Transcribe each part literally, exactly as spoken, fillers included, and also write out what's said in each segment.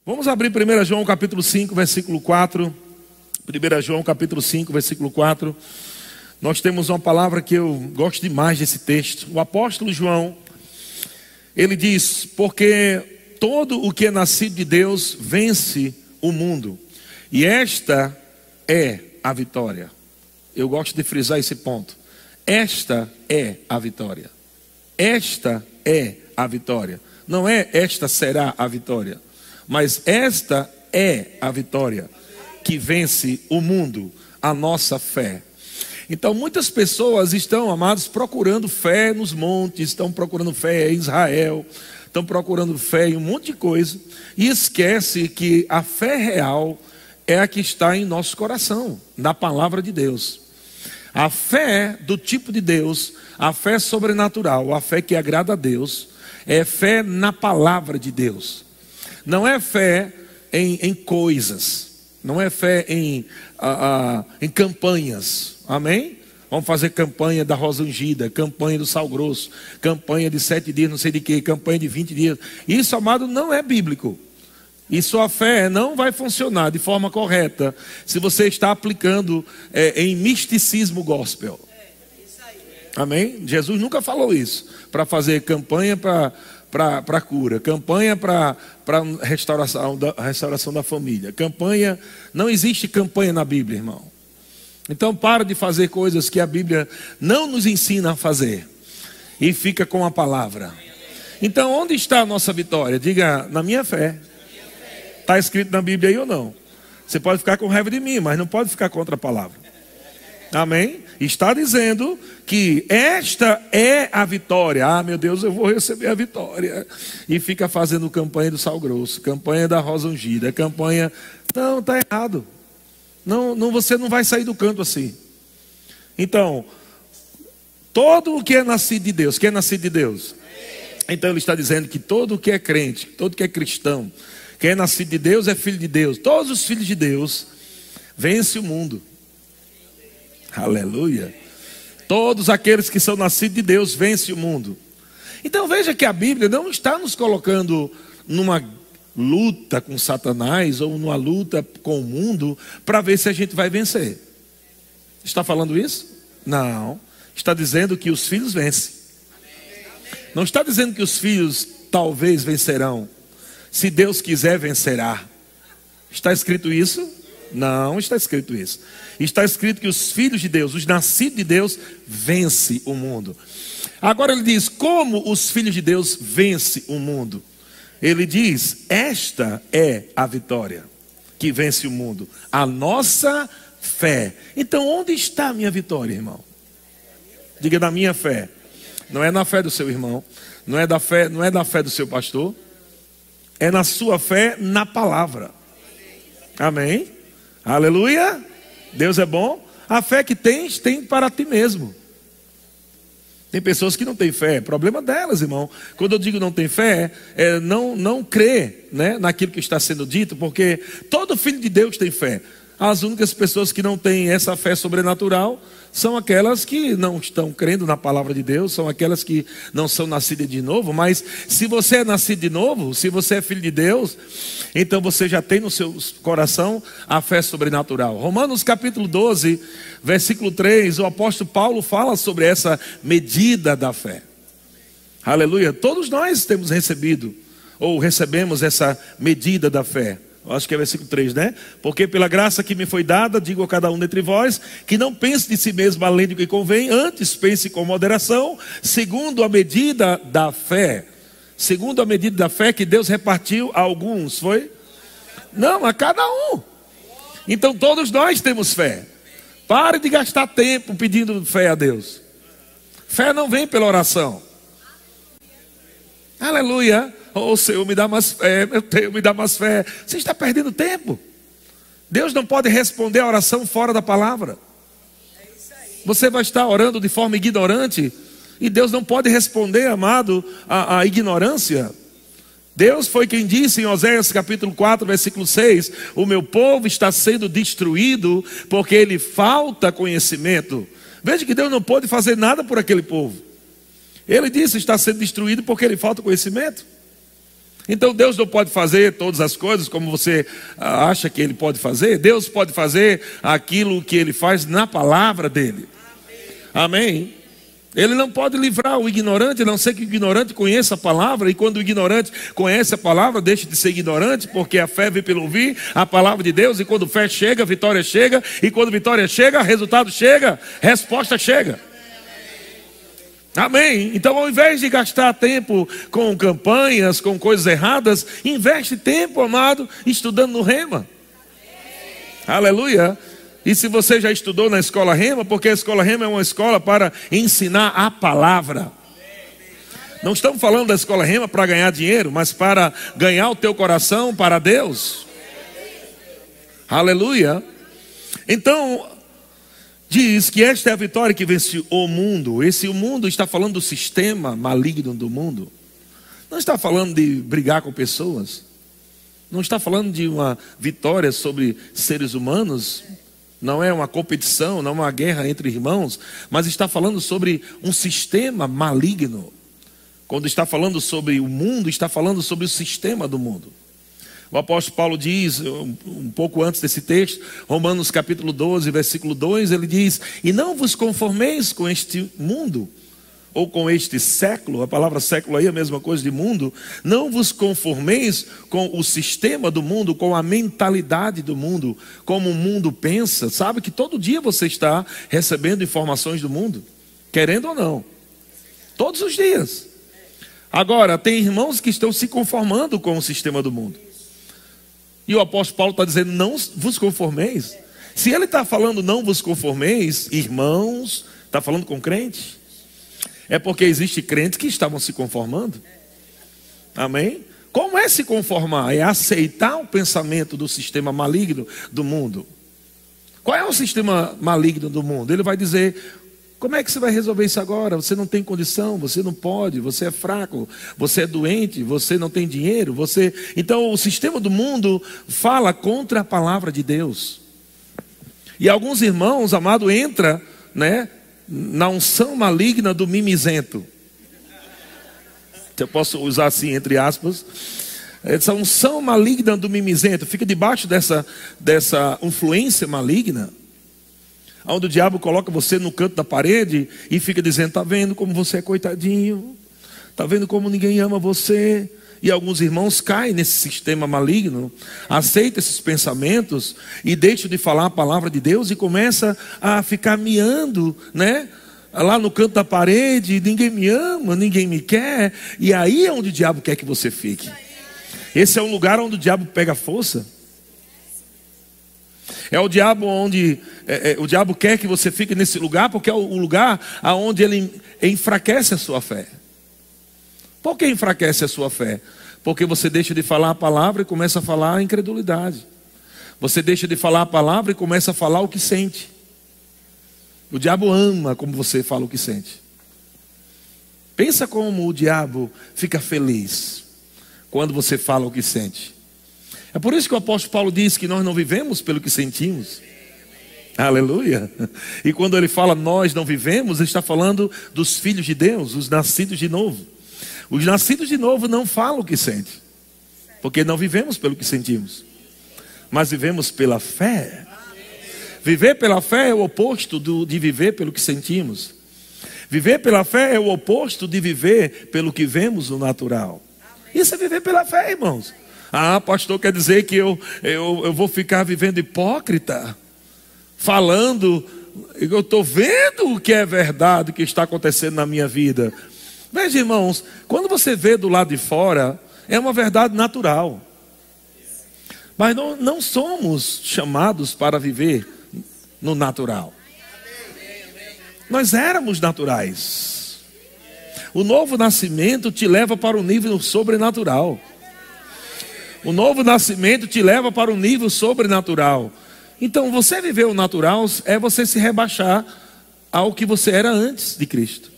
Vamos abrir primeiro João capítulo cinco, versículo quatro. primeiro João capítulo cinco, versículo quatro. Nós temos uma palavra que eu gosto demais desse texto. O apóstolo João, ele diz: porque todo o que é nascido de Deus vence o mundo, e esta é a vitória. Eu gosto de frisar esse ponto. Esta é a vitória. Esta é a vitória. Não é esta será a vitória, mas esta é a vitória que vence o mundo, a nossa fé. Então muitas pessoas estão, amados, procurando fé nos montes, estão procurando fé em Israel, estão procurando fé em um monte de coisa, e esquece que a fé real é a que está em nosso coração, na palavra de Deus. A fé do tipo de Deus, a fé sobrenatural, a fé que agrada a Deus, é fé na palavra de Deus. Não é fé em, em coisas, não é fé em, ah, ah, em campanhas, amém? Vamos fazer campanha da rosa ungida, campanha do sal grosso, campanha de sete dias, não sei de que, campanha de vinte dias. Isso, amado, não é bíblico. E sua fé não vai funcionar de forma correta se você está aplicando é, em misticismo gospel. Amém? Jesus nunca falou isso, para fazer campanha para para cura, campanha para restauração da, restauração da família, campanha, não existe campanha na Bíblia, irmão. Então para de fazer coisas que a Bíblia não nos ensina a fazer, e fica com a palavra. Então onde está a nossa vitória? Diga: na minha fé. Está escrito na Bíblia aí ou não? Você pode ficar com raiva de mim, mas não pode ficar contra a palavra. Amém? Está dizendo que esta é a vitória. Ah, meu Deus, eu vou receber a vitória. E fica fazendo campanha do sal grosso, campanha da rosa ungida, campanha... Não, está errado. Não, não, você não vai sair do canto assim. Então, todo o que é nascido de Deus, quem é nascido de Deus? Então ele está dizendo que todo o que é crente, todo o que é cristão, quem é nascido de Deus é filho de Deus. Todos os filhos de Deus vencem o mundo. Aleluia. Todos aqueles que são nascidos de Deus vencem o mundo. Então veja que a Bíblia não está nos colocando numa luta com Satanás ou numa luta com o mundo para ver se a gente vai vencer. Está falando isso? Não. Está dizendo que os filhos vencem. Não está dizendo que os filhos talvez vencerão. Se Deus quiser, vencerá. Está escrito isso? Não está escrito isso. Está escrito que os filhos de Deus, os nascidos de Deus, vencem o mundo. Agora ele diz: como os filhos de Deus vencem o mundo? Ele diz: esta é a vitória que vence o mundo, a nossa fé. Então onde está a minha vitória, irmão? Diga: na minha fé. Não é na fé do seu irmão, não é da fé, não é da fé do seu pastor, é na sua fé na palavra. Amém? Aleluia. Deus é bom. A fé que tens, tem para ti mesmo. Tem pessoas que não têm fé, problema delas, irmão. Quando eu digo não tem fé, é não, não crê, né, naquilo que está sendo dito, porque todo filho de Deus tem fé. As únicas pessoas que não têm essa fé sobrenatural são aquelas que não estão crendo na palavra de Deus, são aquelas que não são nascidas de novo. Mas se você é nascido de novo, se você é filho de Deus, então você já tem no seu coração a fé sobrenatural. Romanos capítulo doze, versículo três, o apóstolo Paulo fala sobre essa medida da fé. Aleluia. Todos nós temos recebido, ou recebemos essa medida da fé. Acho que é versículo três, né? Porque pela graça que me foi dada, digo a cada um dentre vós, que não pense de si mesmo além do que convém, antes pense com moderação, segundo a medida da fé. Segundo a medida da fé que Deus repartiu a alguns, foi? Não, a cada um. Então todos nós temos fé. Pare de gastar tempo pedindo fé a Deus. Fé não vem pela oração. Aleluia. Oh Senhor, me dá mais fé, meu Deus, me dá mais fé. Você está perdendo tempo. Deus não pode responder a oração fora da palavra. Você vai estar orando de forma ignorante, e Deus não pode responder, amado, a, a ignorância. Deus foi quem disse em Oséias capítulo quatro, versículo seis: o meu povo está sendo destruído porque ele falta conhecimento. Veja que Deus não pode fazer nada por aquele povo. Ele disse: está sendo destruído porque ele falta conhecimento. Então Deus não pode fazer todas as coisas como você acha que Ele pode fazer. Deus pode fazer aquilo que Ele faz na palavra dEle. Amém? Ele não pode livrar o ignorante, a não ser que o ignorante conheça a palavra. E quando o ignorante conhece a palavra, deixa de ser ignorante, porque a fé vem pelo ouvir a palavra de Deus. E quando fé chega, vitória chega. E quando vitória chega, resultado chega, resposta chega. Amém? Então, ao invés de gastar tempo com campanhas, com coisas erradas, investe tempo, amado, estudando no Rema. Aleluia. E se você já estudou na escola Rema, porque a escola Rema é uma escola para ensinar a palavra. Não estamos falando da escola Rema para ganhar dinheiro, mas para ganhar o teu coração para Deus. Aleluia. Então, diz que esta é a vitória que vence o mundo. Esse o mundo está falando do sistema maligno do mundo. Não está falando de brigar com pessoas. Não está falando de uma vitória sobre seres humanos. Não é uma competição, não é uma guerra entre irmãos, mas está falando sobre um sistema maligno. Quando está falando sobre o mundo, está falando sobre o sistema do mundo. O apóstolo Paulo diz, um pouco antes desse texto, Romanos capítulo doze, versículo dois, ele diz: e não vos conformeis com este mundo, ou com este século. A palavra século aí é a mesma coisa de mundo. Não vos conformeis com o sistema do mundo, com a mentalidade do mundo, como o mundo pensa. Sabe que todo dia você está recebendo informações do mundo, querendo ou não, todos os dias. Agora, tem irmãos que estão se conformando com o sistema do mundo. E o apóstolo Paulo está dizendo: não vos conformeis. Se ele está falando não vos conformeis, irmãos, está falando com crente, é porque existe crentes que estavam se conformando. Amém? Como é se conformar? É aceitar o pensamento do sistema maligno do mundo. Qual é o sistema maligno do mundo? Ele vai dizer: como é que você vai resolver isso agora? Você não tem condição, você não pode, você é fraco, você é doente, você não tem dinheiro, você... Então o sistema do mundo fala contra a palavra de Deus. E alguns irmãos, amado, entra, né, na unção maligna do mimizento. Eu posso usar assim, entre aspas. Essa unção maligna do mimizento fica debaixo dessa, dessa influência maligna, onde o diabo coloca você no canto da parede e fica dizendo: está vendo como você é coitadinho, está vendo como ninguém ama você. E alguns irmãos caem nesse sistema maligno, aceitam esses pensamentos e deixam de falar a palavra de Deus e começa a ficar miando, né? Lá no canto da parede: ninguém me ama, ninguém me quer. E aí é onde o diabo quer que você fique. Esse é um lugar onde o diabo pega força. É o diabo onde é, é, o diabo quer que você fique nesse lugar, porque é o, o lugar aonde ele enfraquece a sua fé. Por que enfraquece a sua fé? Porque você deixa de falar a palavra e começa a falar a incredulidade. Você deixa de falar a palavra e começa a falar o que sente. O diabo ama como você fala o que sente. Pensa como o diabo fica feliz quando você fala o que sente. É por isso que o apóstolo Paulo diz que nós não vivemos pelo que sentimos. Aleluia. E quando ele fala nós não vivemos, ele está falando dos filhos de Deus, os nascidos de novo. Os nascidos de novo não falam o que sentem, porque não vivemos pelo que sentimos, mas vivemos pela fé. Viver pela fé é o oposto do, de viver pelo que sentimos. Viver pela fé é o oposto de viver pelo que vemos no natural. Isso é viver pela fé, irmãos. Ah, pastor, quer dizer que eu, eu, eu vou ficar vivendo hipócrita, falando, eu estou vendo o que é verdade, o que está acontecendo na minha vida. Veja, irmãos, quando você vê do lado de fora, é uma verdade natural. Mas não, não somos chamados para viver no natural. Nós éramos naturais. O novo nascimento te leva para o nível sobrenatural. O novo nascimento te leva para o nível sobrenatural. Então, você viver o natural é você se rebaixar ao que você era antes de Cristo.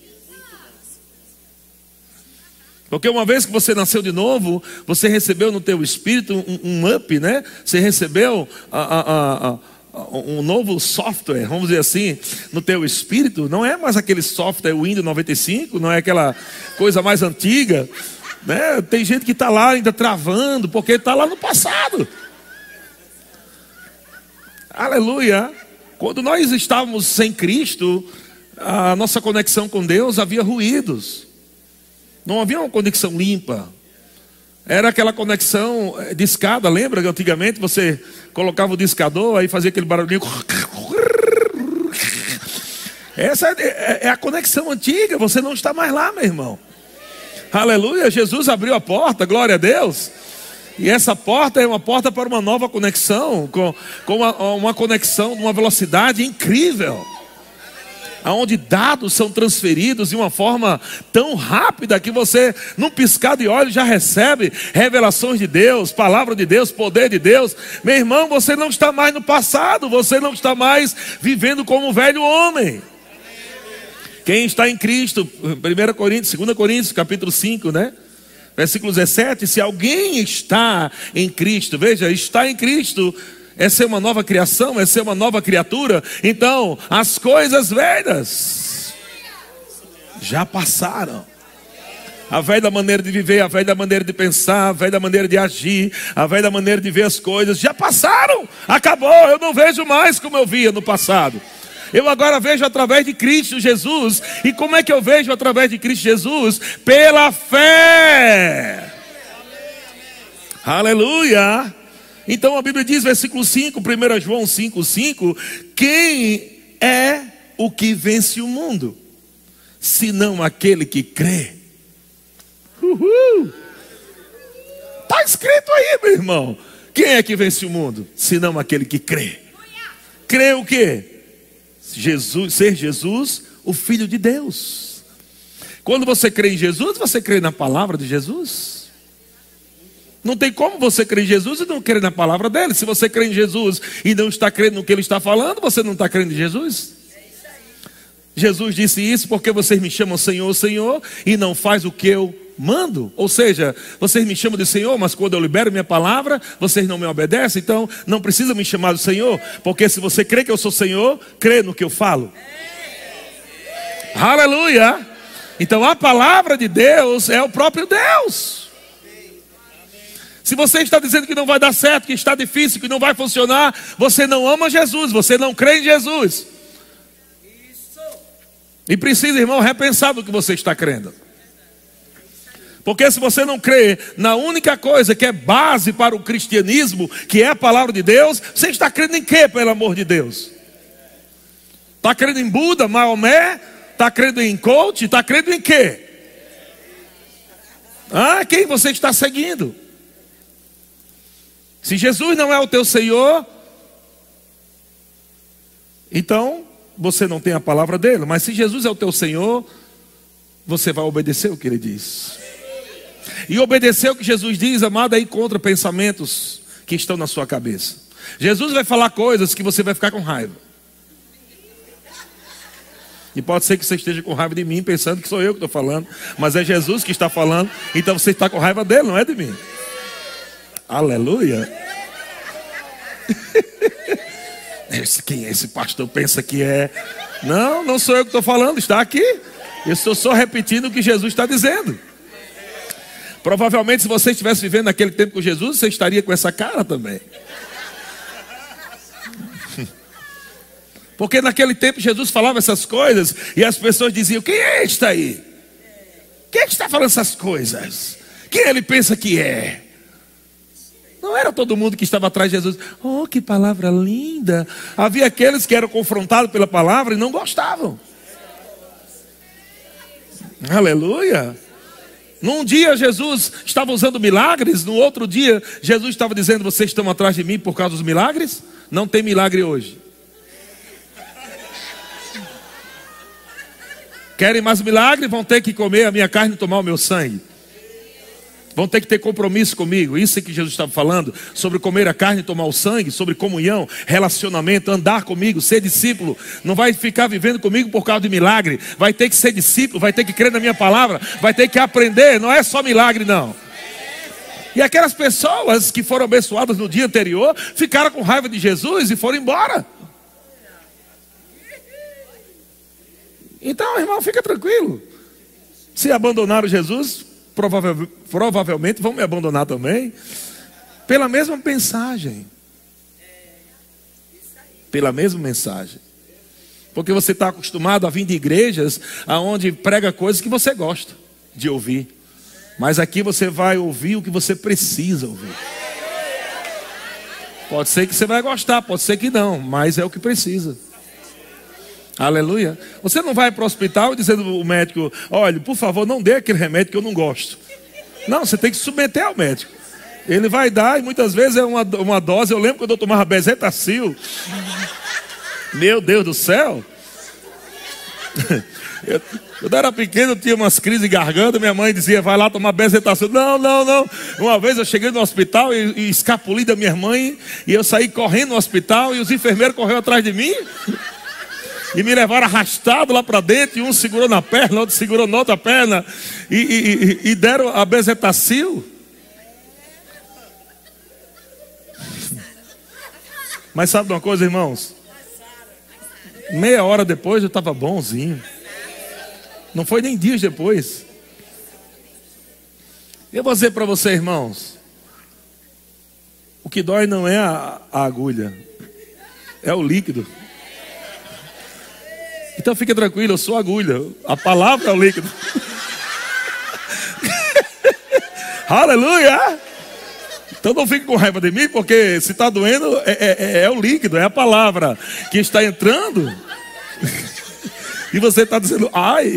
Porque uma vez que você nasceu de novo, você recebeu no teu espírito um, um up, né? Você recebeu a, a, a, a, um novo software, vamos dizer assim, no teu espírito. Não é mais aquele software Windows noventa e cinco, não é aquela coisa mais antiga. Né? Tem gente que está lá ainda travando, porque está lá no passado. Aleluia. Quando nós estávamos sem Cristo, a nossa conexão com Deus havia ruídos. Não havia uma conexão limpa. Era aquela conexão de escada. Lembra que antigamente você colocava o discador, aí fazia aquele barulhinho. Essa é a conexão antiga. Você não está mais lá, meu irmão. Aleluia. Jesus abriu a porta, glória a Deus. E essa porta é uma porta para uma nova conexão, com, com uma, uma conexão de uma velocidade incrível, onde dados são transferidos de uma forma tão rápida que você, num piscar de olhos, já recebe revelações de Deus, palavra de Deus, poder de Deus. Meu irmão, você não está mais no passado, você não está mais vivendo como um velho homem. Quem está em Cristo, primeira Coríntios, segunda Coríntios, capítulo cinco, né? Versículo dezessete, se alguém está em Cristo, veja, está em Cristo é ser uma nova criação, é ser uma nova criatura. Então, as coisas velhas já passaram. A velha maneira de viver, a velha maneira de pensar, a velha maneira de agir, a velha maneira de ver as coisas, já passaram, acabou. Eu não vejo mais como eu via no passado. Eu agora vejo através de Cristo Jesus. E como é que eu vejo através de Cristo Jesus? Pela fé. Aleluia. Então a Bíblia diz, versículo cinco, primeira João cinco, cinco: quem é o que vence o mundo, senão aquele que crê? Uhul. Está escrito aí, meu irmão. Quem é que vence o mundo, senão aquele que crê? Crê o quê? Jesus, ser Jesus, o Filho de Deus. Quando você crê em Jesus, você crê na palavra de Jesus. Não tem como você crer em Jesus e não crer na palavra dele. Se você crê em Jesus e não está crendo no que ele está falando, você não está crendo em Jesus. Jesus disse isso: porque vocês me chamam Senhor, Senhor, e não faz o que eu mando. Ou seja, vocês me chamam de Senhor, mas quando eu libero minha palavra, vocês não me obedecem. Então não precisa me chamar de Senhor, porque se você crê que eu sou Senhor, crê no que eu falo. Aleluia. Então a palavra de Deus é o próprio Deus. Se você está dizendo que não vai dar certo, que está difícil, que não vai funcionar, você não ama Jesus, você não crê em Jesus. E precisa, irmão, repensar no que você está crendo. Porque se você não crê na única coisa que é base para o cristianismo, que é a palavra de Deus, você está crendo em quê, pelo amor de Deus? Está crendo em Buda, Maomé? Está crendo em coach? Está crendo em quê? Ah, quem você está seguindo? Se Jesus não é o teu Senhor, então você não tem a palavra dele. Mas se Jesus é o teu Senhor, você vai obedecer o que ele diz. E obedecer o que Jesus diz, amado, aí contra pensamentos que estão na sua cabeça. Jesus vai falar coisas que você vai ficar com raiva. E pode ser que você esteja com raiva de mim, pensando que sou eu que estou falando, mas é Jesus que está falando. Então você está com raiva dele, não é de mim. Aleluia. Esse, quem é esse pastor pensa que é? Não, não sou eu que estou falando, está aqui. Eu estou só repetindo o que Jesus está dizendo. Provavelmente, se você estivesse vivendo naquele tempo com Jesus, você estaria com essa cara também. Porque naquele tempo Jesus falava essas coisas e as pessoas diziam: quem é este aí? Quem é que está falando essas coisas? Quem ele pensa que é? Não era todo mundo que estava atrás de Jesus. Oh, que palavra linda. Havia aqueles que eram confrontados pela palavra e não gostavam. Aleluia. Num dia Jesus estava usando milagres, no outro dia Jesus estava dizendo: vocês estão atrás de mim por causa dos milagres? Não tem milagre hoje. Querem mais milagre? Vão ter que comer a minha carne e tomar o meu sangue. Vão ter que ter compromisso comigo. Isso é que Jesus estava falando, sobre comer a carne e tomar o sangue, sobre comunhão, relacionamento, andar comigo, ser discípulo. Não vai ficar vivendo comigo por causa de milagre. Vai ter que ser discípulo, vai ter que crer na minha palavra, vai ter que aprender. Não é só milagre, não. E aquelas pessoas que foram abençoadas no dia anterior ficaram com raiva de Jesus e foram embora. Então, irmão, fica tranquilo. Se abandonaram Jesus, provável, provavelmente vão me abandonar também, pela mesma mensagem. Pela mesma mensagem. Porque você está acostumado a vir de igrejas onde prega coisas que você gosta de ouvir. Mas aqui você vai ouvir o que você precisa ouvir. Pode ser que você vai gostar, pode ser que não, mas é o que precisa. Aleluia. Você não vai para o hospital dizendo ao médico: olha, por favor, não dê aquele remédio que eu não gosto. Não, você tem que se submeter ao médico. Ele vai dar, e muitas vezes é uma, uma dose. Eu lembro quando eu tomava Bezetacil. Meu Deus do céu. Eu, quando eu era pequeno, eu tinha umas crises de garganta. Minha mãe dizia: vai lá tomar Bezetacil. Não, não, não. Uma vez eu cheguei no hospital e, e escapuli da minha mãe. E eu saí correndo no hospital. E os enfermeiros correram atrás de mim e me levaram arrastado lá para dentro. E um segurou na perna, outro segurou na outra perna. E, e, e, e deram a Bezetacil. Mas sabe de uma coisa, irmãos? Meia hora depois eu estava bonzinho. Não foi nem dias depois. Eu vou dizer para você, irmãos, o que dói não é a, a agulha, é o líquido. Então fique tranquilo, eu sou a agulha. A palavra é o líquido. Aleluia! Então não fique com raiva de mim, porque se está doendo é, é, é o líquido, é a palavra que está entrando. E você está dizendo: ai.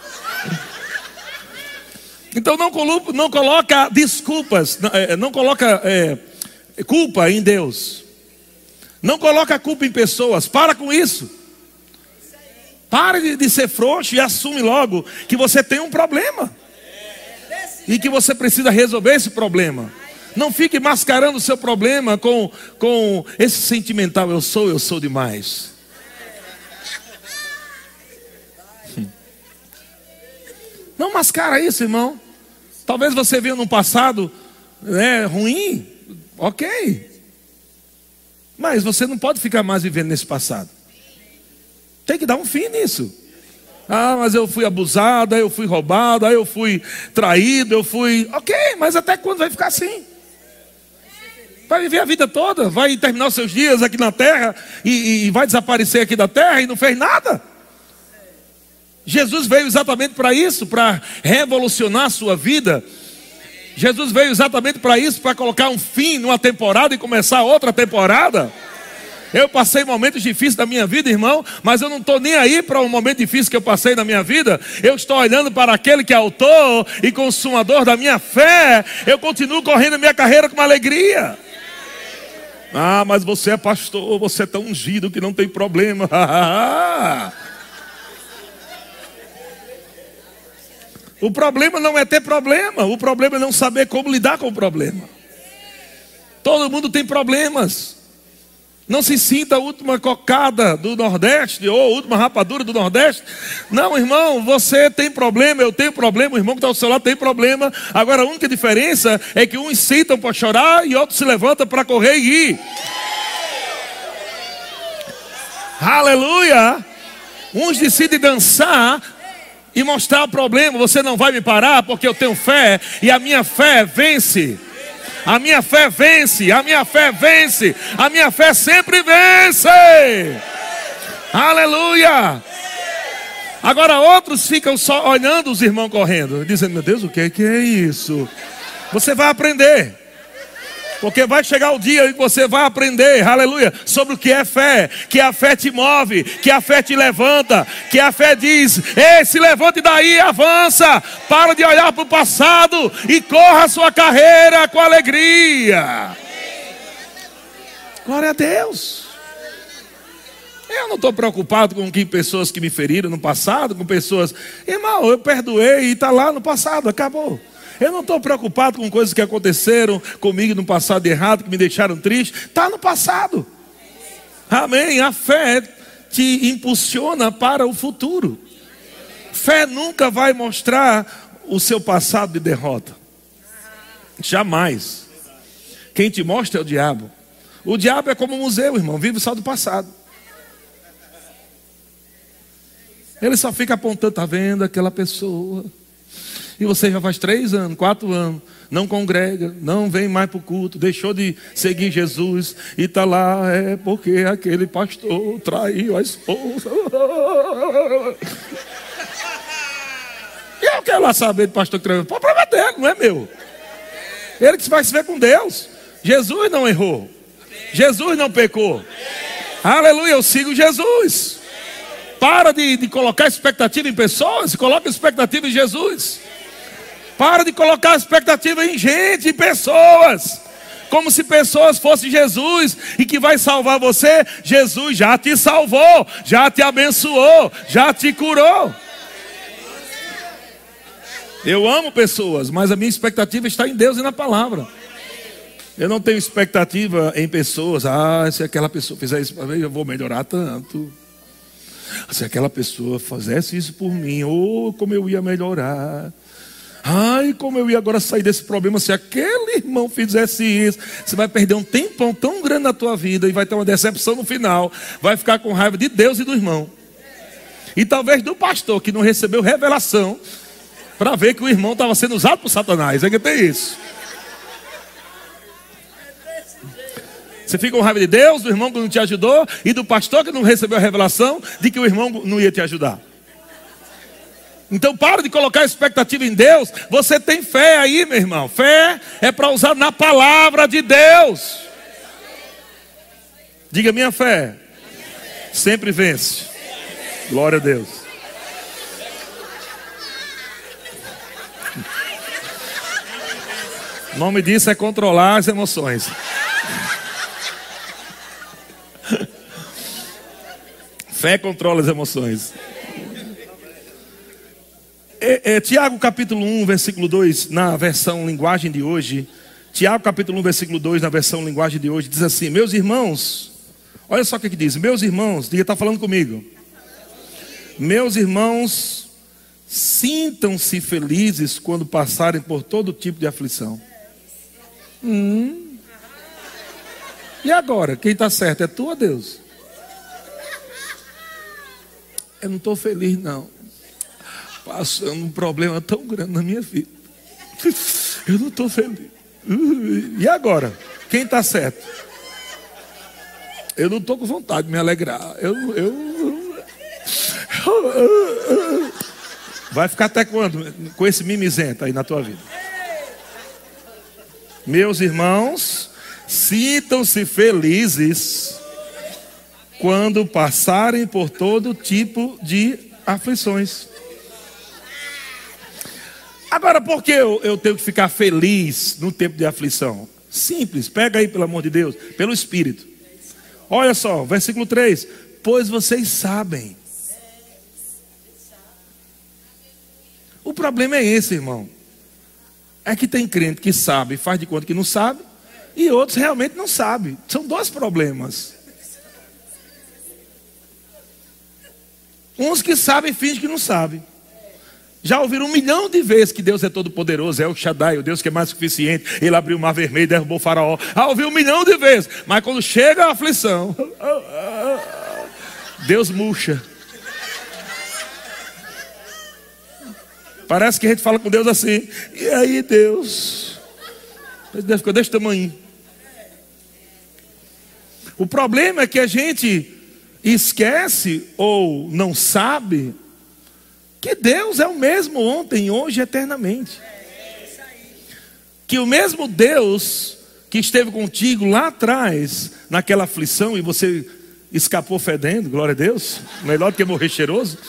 Então não, colo- não coloca desculpas, não, é, não coloca é, culpa em Deus. Não coloca culpa em pessoas. Para com isso. Pare de, de ser frouxo e assume logo que você tem um problema. E que você precisa resolver esse problema. Não fique mascarando o seu problema com, com esse sentimental: eu sou, eu sou demais. Não mascara isso, irmão. Talvez você venha num passado, né, ruim. Ok. Mas você não pode ficar mais vivendo nesse passado. Tem que dar um fim nisso. Ah, mas eu fui abusado, eu fui roubado, eu fui traído, eu fui... Ok, mas até quando vai ficar assim? Vai viver a vida toda, vai terminar os seus dias aqui na terra e, e vai desaparecer aqui da terra e não fez nada. Jesus veio exatamente para isso, para revolucionar a sua vida. Jesus veio exatamente para isso, para colocar um fim numa temporada e começar outra temporada. Eu passei momentos difíceis da minha vida, irmão, mas eu não estou nem aí para um momento difícil que eu passei na minha vida. Eu estou olhando para aquele que é autor e consumador da minha fé. Eu continuo correndo a minha carreira com alegria. Ah, mas você é pastor, você é tão ungido que não tem problema. O problema não é ter problema, o problema é não saber como lidar com o problema. Todo mundo tem problemas. Não se sinta a última cocada do Nordeste ou a última rapadura do Nordeste. Não, irmão, você tem problema, eu tenho problema, o irmão que está ao seu lado tem problema. Agora a única diferença é que uns sentam para chorar e outros se levantam para correr e rir. Aleluia! Uns decidem dançar e mostrar o problema. Você não vai me parar porque eu tenho fé e a minha fé vence. A minha fé vence, a minha fé vence, a minha fé sempre vence. Aleluia. Agora outros ficam só olhando os irmãos correndo, dizendo: meu Deus, o que, que é isso? Você vai aprender. Porque vai chegar o dia em que você vai aprender, aleluia, sobre o que é fé. Que a fé te move, que a fé te levanta, que a fé diz: ei, se levante daí e avança. Para de olhar para o passado e corra a sua carreira com alegria. Glória a Deus. Eu não estou preocupado com que pessoas que me feriram no passado, com pessoas... Irmão, eu perdoei e está lá no passado, acabou. Eu não estou preocupado com coisas que aconteceram comigo no passado errado, que me deixaram triste. Está no passado. Amém. A fé te impulsiona para o futuro. Fé nunca vai mostrar o seu passado de derrota. Jamais. Quem te mostra é o diabo. O diabo é como um museu, irmão. Vive só do passado. Ele só fica apontando: está vendo aquela pessoa? E você já faz três anos, quatro anos, não congrega, não vem mais para o culto, deixou de seguir Jesus e está lá, é porque aquele pastor traiu a esposa. E eu quero lá saber do pastor que traiu. O problema é dele, não é meu. Ele que vai se ver com Deus. Jesus não errou. Jesus não pecou. Aleluia, eu sigo Jesus. Para de, de colocar expectativa em pessoas, coloca expectativa em Jesus. Para de colocar expectativa em gente, em pessoas. Como se pessoas fossem Jesus e que vai salvar você. Jesus já te salvou, já te abençoou, já te curou. Eu amo pessoas, mas a minha expectativa está em Deus e na palavra. Eu não tenho expectativa em pessoas. Ah, se aquela pessoa fizer isso para mim, eu vou melhorar tanto. Se aquela pessoa fizesse isso por mim, oh, como eu ia melhorar. Ai, como eu ia agora sair desse problema. Se aquele irmão fizesse isso, você vai perder um tempão tão grande na tua vida e vai ter uma decepção no final. Vai ficar com raiva de Deus e do irmão. E talvez do pastor que não recebeu revelação para ver que o irmão estava sendo usado por Satanás. É que tem isso. Você fica com raiva de Deus, do irmão que não te ajudou, e do pastor que não recebeu a revelação de que o irmão não ia te ajudar. Então para de colocar expectativa em Deus. Você tem fé aí, meu irmão. Fé é para usar na palavra de Deus. Diga, minha fé sempre vence. Glória a Deus. O nome disso é controlar as emoções. Fé controla as emoções. É, é, Tiago capítulo um, versículo dois, na versão linguagem de hoje. Tiago capítulo um, versículo dois, na versão linguagem de hoje, diz assim: meus irmãos, olha só o que, que diz. Meus irmãos, diga, está falando comigo. Meus irmãos, sintam-se felizes quando passarem por todo tipo de aflição. Hum. E agora, quem está certo? É tu ou Deus? Eu não estou feliz não. Passando um problema tão grande na minha vida. Eu não estou feliz. E agora? Quem está certo? Eu não estou com vontade de me alegrar. Eu, eu, eu, vai ficar até quando? Com esse mimizento aí na tua vida. Meus irmãos, sintam-se felizes quando passarem por todo tipo de aflições. Agora, por que eu, eu tenho que ficar feliz no tempo de aflição? Simples, pega aí, pelo amor de Deus, pelo Espírito. Olha só, versículo três. Pois vocês sabem. O problema é esse, irmão. É que tem crente que sabe e faz de conta que não sabe, e outros realmente não sabem. São dois problemas. Uns que sabem fingem que não sabem. Já ouviram um milhão de vezes que Deus é todo poderoso, é o Shaddai, o Deus que é mais suficiente. Ele abriu o mar vermelho, derrubou o faraó. Já ouviu um milhão de vezes. Mas quando chega a aflição, Deus murcha. Parece que a gente fala com Deus assim: e aí, Deus? Deus ficou desse tamanho. O problema é que a gente esquece ou não sabe que Deus é o mesmo ontem, hoje e eternamente. Que o mesmo Deus que esteve contigo lá atrás, naquela aflição, e você escapou fedendo, glória a Deus, melhor do que morrer cheiroso.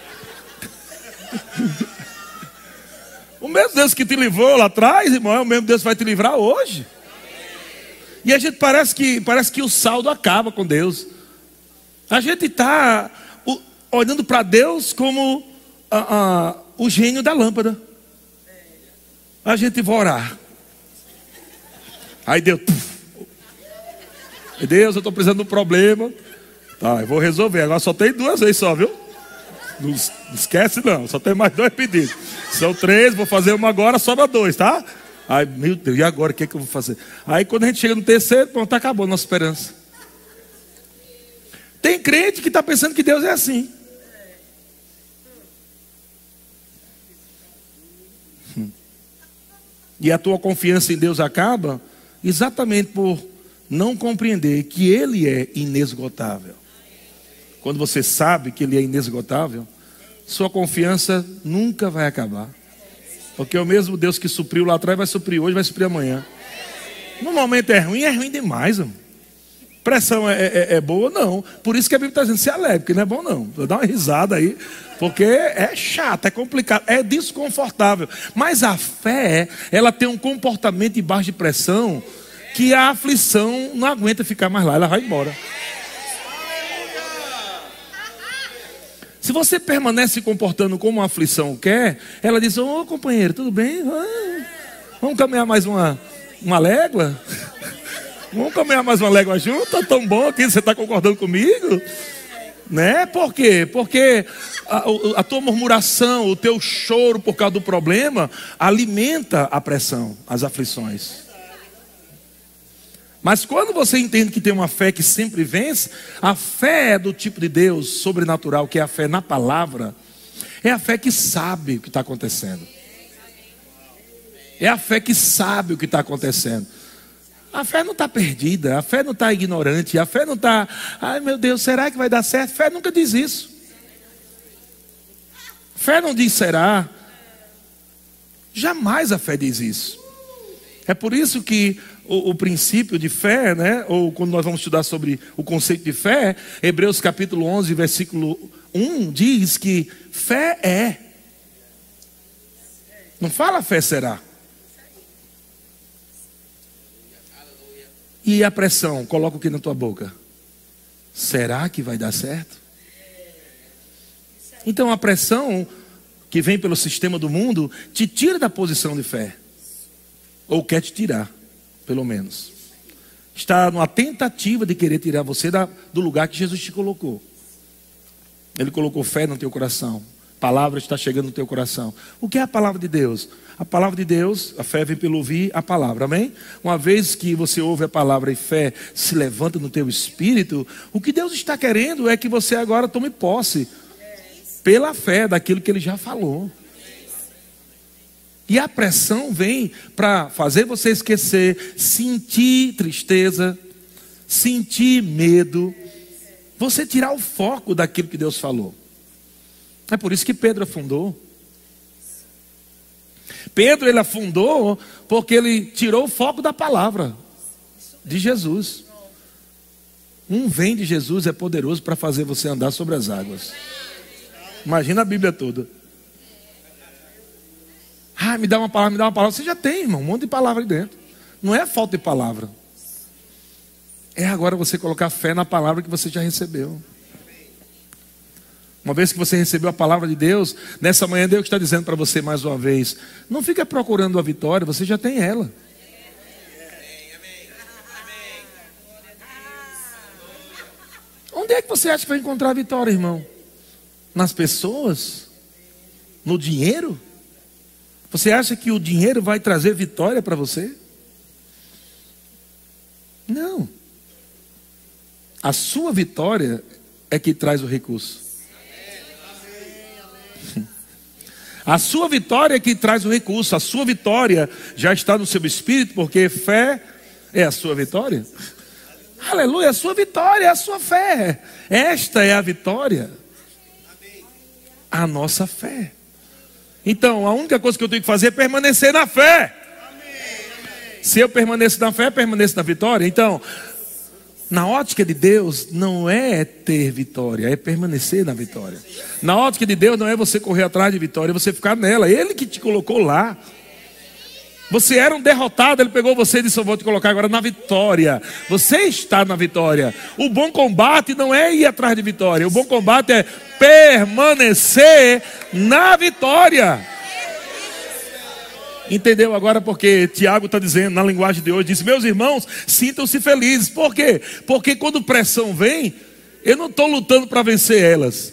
O mesmo Deus que te livrou lá atrás, irmão, é o mesmo Deus que vai te livrar hoje. E a gente parece que, parece que o saldo acaba com Deus. A gente está olhando para Deus como ah, ah, o gênio da lâmpada. A gente vai orar. Aí Deus, Deus, eu estou precisando de um problema. Tá, eu vou resolver. Agora só tem duas vezes só, viu? Não esquece não, só tem mais dois pedidos. São três, vou fazer uma agora, sobra dois, tá? Ai, meu Deus, e agora o que é que eu vou fazer? Aí quando a gente chega no terceiro, pronto, acabou a nossa esperança. Tem crente que está pensando que Deus é assim. E a tua confiança em Deus acaba exatamente por não compreender que Ele é inesgotável. Quando você sabe que Ele é inesgotável, sua confiança nunca vai acabar. Porque o mesmo Deus que supriu lá atrás vai suprir hoje, vai suprir amanhã. No momento é ruim, é ruim demais, mano. Pressão é, é, é boa? Não. Por isso que a Bíblia está dizendo, se alegre, porque não é bom não. Vou dar uma risada aí, porque é chato, é complicado, é desconfortável. Mas a fé, ela tem um comportamento debaixo de pressão, que a aflição não aguenta ficar mais lá, ela vai embora. Se você permanece se comportando como a aflição quer, ela diz, ô companheiro, tudo bem? Ah, vamos caminhar mais uma, uma légua? Vamos caminhar mais uma légua junto? Tá tão bom aqui, você está concordando comigo? Né? Por quê? Porque a, a tua murmuração, o teu choro por causa do problema, alimenta a pressão, as aflições. Mas quando você entende que tem uma fé que sempre vence, a fé é do tipo de Deus sobrenatural, que é a fé na palavra, é a fé que sabe o que está acontecendo. É a fé que sabe o que está acontecendo. A fé não está perdida, a fé não está ignorante, a fé não está, ai meu Deus, será que vai dar certo? A fé nunca diz isso. A fé não diz será. Jamais a fé diz isso. É por isso que o, o princípio de fé, né, ou quando nós vamos estudar sobre o conceito de fé, Hebreus capítulo onze, versículo um, diz que fé é. Não fala fé será. E a pressão, coloca o que na tua boca? Será que vai dar certo? Então a pressão que vem pelo sistema do mundo te tira da posição de fé. Ou quer te tirar, pelo menos. Está numa tentativa de querer tirar você da, do lugar que Jesus te colocou. Ele colocou fé no teu coração. A palavra está chegando no teu coração. O que é a palavra de Deus? A palavra de Deus, a fé vem pelo ouvir a palavra, amém? Uma vez que você ouve a palavra e fé se levanta no teu espírito, o que Deus está querendo é que você agora tome posse pela fé daquilo que Ele já falou. E a pressão vem para fazer você esquecer, sentir tristeza, sentir medo, você tirar o foco daquilo que Deus falou. É por isso que Pedro afundou. Pedro ele afundou porque ele tirou o foco da palavra de Jesus. Um vem de Jesus é poderoso para fazer você andar sobre as águas. Imagina a Bíblia toda. Ah, me dá uma palavra, me dá uma palavra. Você já tem, irmão, um monte de palavra aí dentro. Não é falta de palavra. É agora você colocar fé na palavra que você já recebeu. Uma vez que você recebeu a palavra de Deus, nessa manhã Deus está dizendo para você mais uma vez, não fica procurando a vitória, você já tem ela. Onde é que você acha que vai encontrar a vitória, irmão? Nas pessoas? No dinheiro? Você acha que o dinheiro vai trazer vitória para você? Não. A sua vitória é que traz o recurso. A sua vitória é que traz o recurso. A sua vitória já está no seu espírito, porque fé é a sua vitória. Aleluia, a sua vitória é a sua fé. Esta é a vitória. A nossa fé. Então, a única coisa que eu tenho que fazer é permanecer na fé. Se eu permaneço na fé, permaneço na vitória. Então, na ótica de Deus, não é ter vitória, é permanecer na vitória. Na ótica de Deus, não é você correr atrás de vitória, é você ficar nela. Ele que te colocou lá. Você era um derrotado, Ele pegou você e disse, eu vou te colocar agora na vitória. Você está na vitória. O bom combate não é ir atrás de vitória. O bom combate é permanecer na vitória. Entendeu agora? Porque Tiago está dizendo, na linguagem de hoje, diz, meus irmãos, sintam-se felizes. Por quê? Porque quando pressão vem, eu não estou lutando para vencer elas.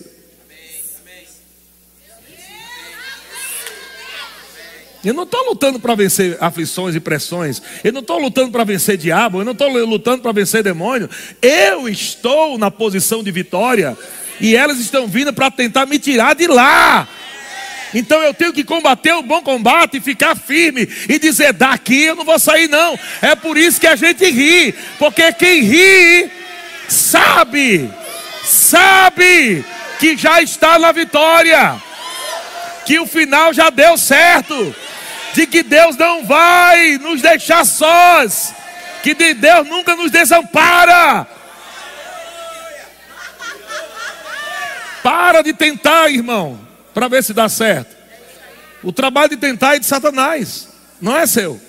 Eu não estou lutando para vencer aflições e pressões. Eu não estou lutando para vencer diabo. Eu não estou lutando para vencer demônio. Eu estou na posição de vitória. E elas estão vindo para tentar me tirar de lá. Então eu tenho que combater o bom combate e ficar firme e dizer: daqui eu não vou sair não. É por isso que a gente ri, porque quem ri sabe, sabe que já está na vitória, que o final já deu certo, de que Deus não vai nos deixar sós, que de Deus nunca nos desampara. Para de tentar, irmão, para ver se dá certo. O trabalho de tentar é de Satanás, não é seu.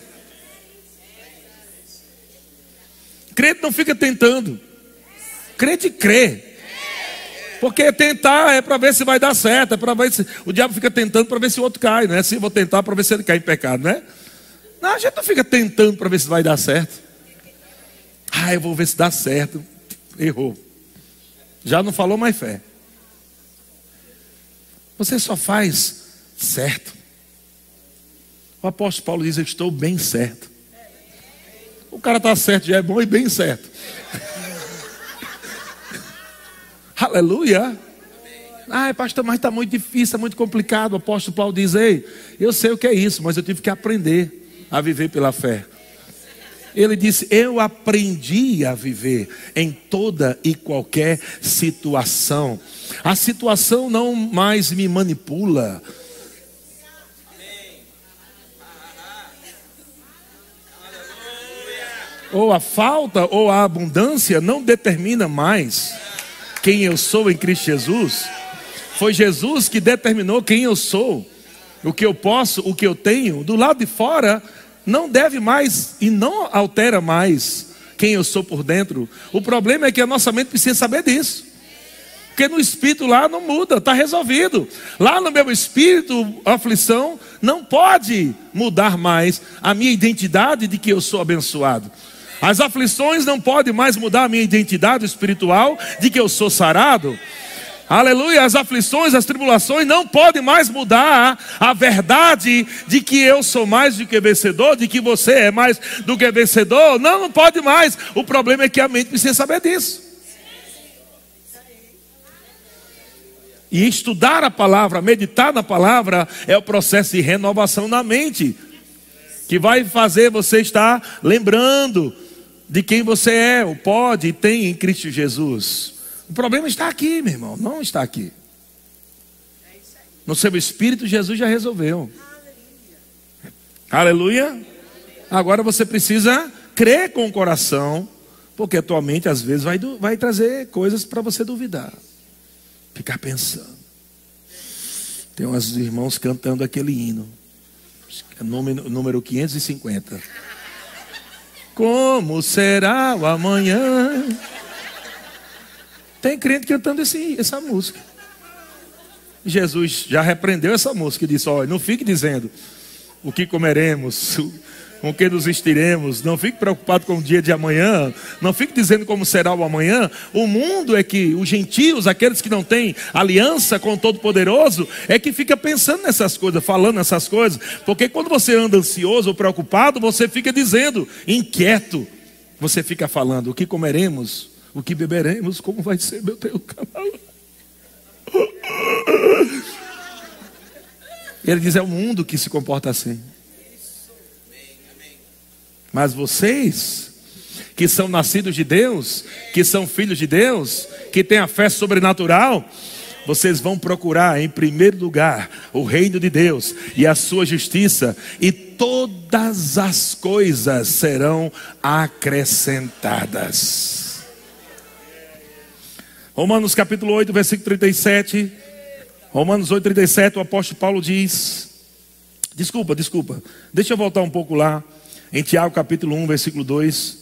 Crente não fica tentando, crente crê. Porque tentar é para ver se vai dar certo, é para ver se o diabo fica tentando para ver se o outro cai, não é assim? Vou tentar para ver se ele cai em pecado, né? Não, a gente não fica tentando para ver se vai dar certo. Ah, eu vou ver se dá certo. Errou. Já não falou mais fé. Você só faz certo. O apóstolo Paulo diz: eu estou bem certo. O cara está certo, já é bom e bem certo. Aleluia. Ai, pastor, mas está muito difícil, é muito complicado. O apóstolo Paulo diz: ei, eu sei o que é isso, mas eu tive que aprender a viver pela fé. Ele disse: eu aprendi a viver em toda e qualquer situação. A situação não mais me manipula. Ou a falta ou a abundância não determina mais quem eu sou em Cristo Jesus. Foi Jesus que determinou quem eu sou, o que eu posso, o que eu tenho. Do lado de fora não deve mais e não altera mais quem eu sou por dentro. O problema é que a nossa mente precisa saber disso, porque no espírito lá não muda, está resolvido. Lá no meu espírito, a aflição não pode mudar mais a minha identidade de que eu sou abençoado. As aflições não podem mais mudar a minha identidade espiritual de que eu sou sarado. Aleluia. As aflições, as tribulações não podem mais mudar a verdade de que eu sou mais do que vencedor, de que você é mais do que vencedor. Não, não pode mais. O problema é que a mente precisa saber disso. E estudar a palavra, meditar na palavra, é o processo de renovação na mente, que vai fazer você estar lembrando de quem você é, o pode e tem em Cristo Jesus. O problema está aqui, meu irmão, não está aqui. No seu espírito, Jesus já resolveu. Aleluia. Agora você precisa crer com o coração, porque a tua mente às vezes vai, vai trazer coisas para você duvidar, ficar pensando. Tem uns irmãos cantando aquele hino, número, número quinhentos e cinquenta. Como será o amanhã? Tem crente cantando esse, essa música. Jesus já repreendeu essa música e disse: olha, não fique dizendo o que comeremos, com o que nos vestiremos. Não fique preocupado com o dia de amanhã. Não fique dizendo como será o amanhã. O mundo é que, os gentios, aqueles que não têm aliança com o Todo-Poderoso, é que fica pensando nessas coisas, falando nessas coisas. Porque quando você anda ansioso ou preocupado, você fica dizendo, inquieto. Você fica falando: o que comeremos, o que beberemos, como vai ser meu Deus. Ele diz: é o mundo que se comporta assim. Mas vocês, que são nascidos de Deus, que são filhos de Deus, que têm a fé sobrenatural, vocês vão procurar em primeiro lugar o reino de Deus e a sua justiça, e todas as coisas serão acrescentadas. Romanos capítulo oito, versículo trinta e sete. Romanos oito, trinta e sete, o apóstolo Paulo diz... Desculpa, desculpa. Deixa eu voltar um pouco lá. Em Tiago capítulo um, versículo dois.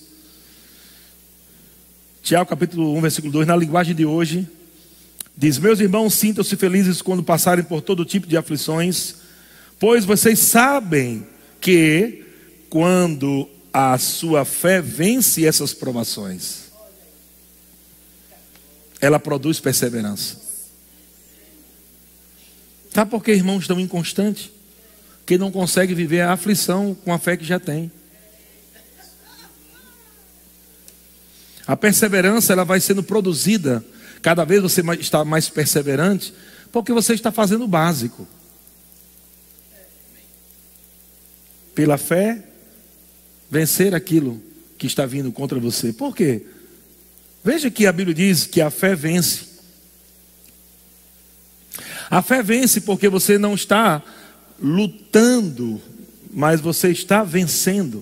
Tiago capítulo um, versículo dois, na linguagem de hoje, diz: meus irmãos, sintam-se felizes quando passarem por todo tipo de aflições, pois vocês sabem que quando a sua fé vence essas provações, ela produz perseverança. Sabe por que irmãos estão inconstantes? Que não consegue viver a aflição com a fé que já tem. A perseverança, ela vai sendo produzida, cada vez você está mais perseverante, porque você está fazendo o básico. pela fé, vencer aquilo que está vindo contra você. Por quê? Veja que a Bíblia diz que a fé vence. A fé vence porque você não está lutando, mas você está vencendo.